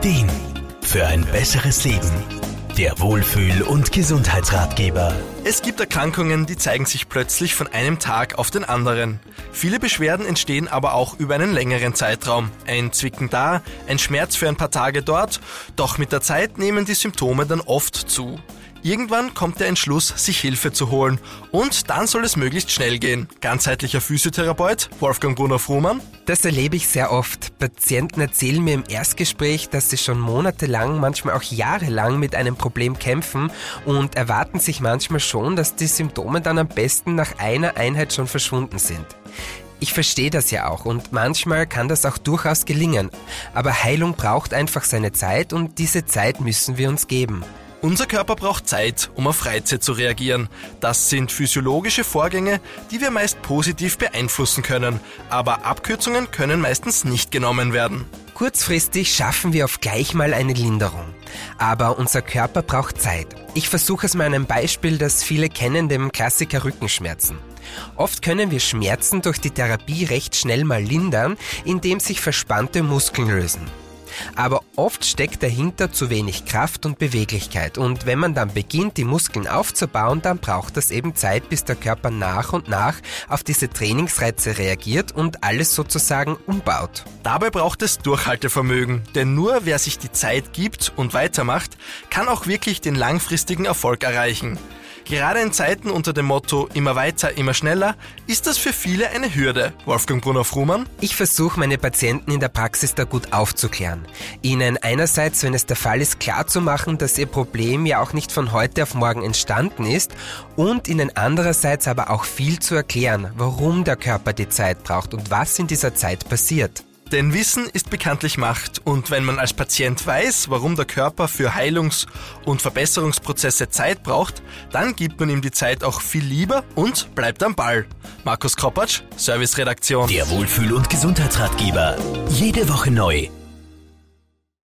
Ideen für ein besseres Leben. Der Wohlfühl- und Gesundheitsratgeber. Es gibt Erkrankungen, die zeigen sich plötzlich von einem Tag auf den anderen. Viele Beschwerden entstehen aber auch über einen längeren Zeitraum. Ein Zwicken da, ein Schmerz für ein paar Tage dort, doch mit der Zeit nehmen die Symptome dann oft zu. Irgendwann kommt der Entschluss, sich Hilfe zu holen. Und dann soll es möglichst schnell gehen. Ganzheitlicher Physiotherapeut Wolfgang Brunner-Frumann. Das erlebe ich sehr oft. Patienten erzählen mir im Erstgespräch, dass sie schon monatelang, manchmal auch jahrelang mit einem Problem kämpfen und erwarten sich manchmal schon, dass die Symptome dann am besten nach einer Einheit schon verschwunden sind. Ich verstehe das ja auch und manchmal kann das auch durchaus gelingen. Aber Heilung braucht einfach seine Zeit und diese Zeit müssen wir uns geben. Unser Körper braucht Zeit, um auf Reize zu reagieren. Das sind physiologische Vorgänge, die wir meist positiv beeinflussen können. Aber Abkürzungen können meistens nicht genommen werden. Kurzfristig schaffen wir oft gleich mal eine Linderung. Aber unser Körper braucht Zeit. Ich versuche es mal an einem Beispiel, das viele kennen, dem Klassiker Rückenschmerzen. Oft können wir Schmerzen durch die Therapie recht schnell mal lindern, indem sich verspannte Muskeln lösen. Aber oft steckt dahinter zu wenig Kraft und Beweglichkeit und wenn man dann beginnt, die Muskeln aufzubauen, dann braucht das eben Zeit, bis der Körper nach und nach auf diese Trainingsreize reagiert und alles sozusagen umbaut. Dabei braucht es Durchhaltevermögen, denn nur wer sich die Zeit gibt und weitermacht, kann auch wirklich den langfristigen Erfolg erreichen. Gerade in Zeiten unter dem Motto immer weiter, immer schneller, ist das für viele eine Hürde. Wolfgang Brunner-Frumann? Ich versuche, meine Patienten in der Praxis da gut aufzuklären. Ihnen einerseits, wenn es der Fall ist, klarzumachen, dass ihr Problem ja auch nicht von heute auf morgen entstanden ist und ihnen andererseits aber auch viel zu erklären, warum der Körper die Zeit braucht und was in dieser Zeit passiert. Denn Wissen ist bekanntlich Macht und wenn man als Patient weiß, warum der Körper für Heilungs- und Verbesserungsprozesse Zeit braucht, dann gibt man ihm die Zeit auch viel lieber und bleibt am Ball. Markus Kropatsch, Serviceredaktion. Der Wohlfühl- und Gesundheitsratgeber. Jede Woche neu.